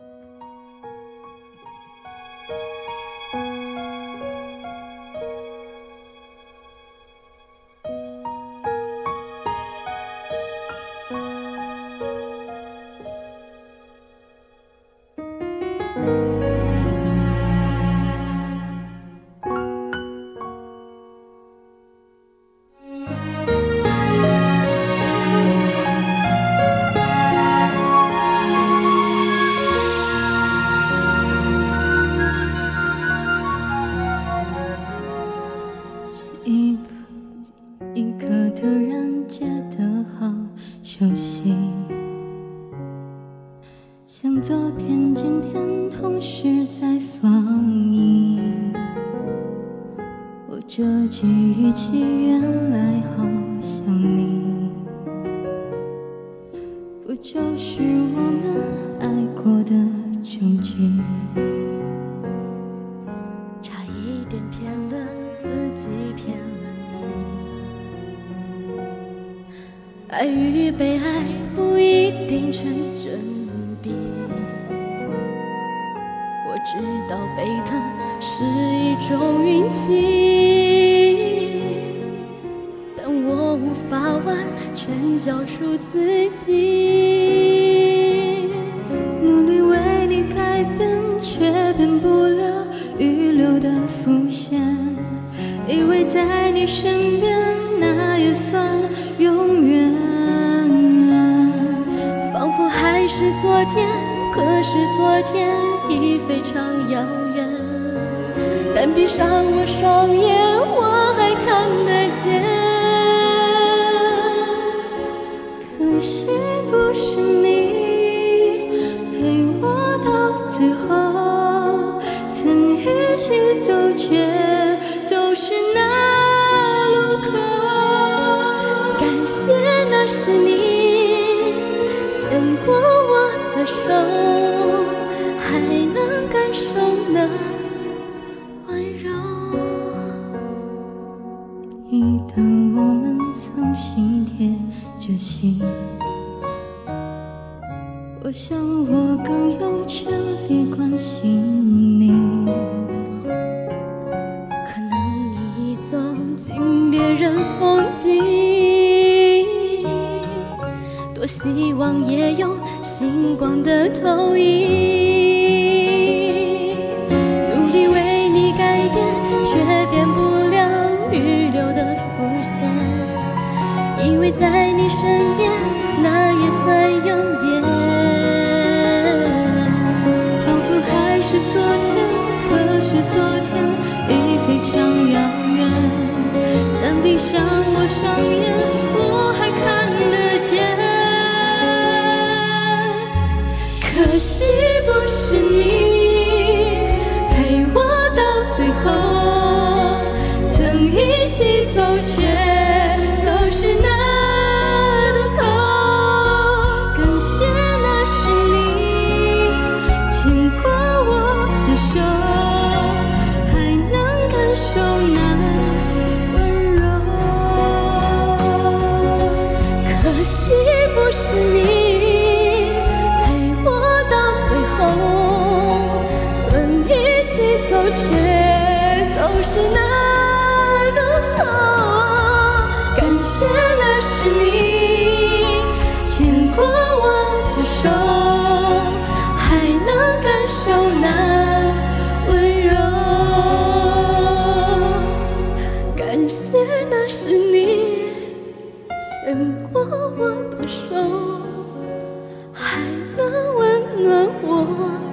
一刻一刻突然觉得好熟悉，像昨天今天同时在放映。我这句语气原来好像你，不就是我们爱过的证据？ 差一点骗了自己，骗了你。爱与被爱不一定成正比，我知道被疼是一种运气，但我无法完全交出自己。 努力为你改变，却变不了预留的伏线，以为在你身边那也算永远， 仿佛还是昨天，可是昨天已非常遥远。但闭上我双眼，我还看得见。 可惜不是你陪我到最后，曾一起走却走失那路口。 感谢那是你牵过我的手，还能感受那温柔。 一旦我们曾心贴着心，我想我更有权利关心你。 可能你已走进别人风景，多希望也有星光的投影。努力为你改变，却变不了预留的伏线，因为在你身边那也算永远。 仿佛还是昨天，可是昨天已非常遥远，但闭上我双眼，我还看得见。可惜不是你陪我到最后，曾一起走却走失那路口。感谢那是你牵过我的手，还能感受那温柔。 可惜不是你陪我到最后，曾一起走却走失那路口。 感谢那是你牵过我的手，还能感受那温柔。 感谢那是你牵过我的手，还能温暖我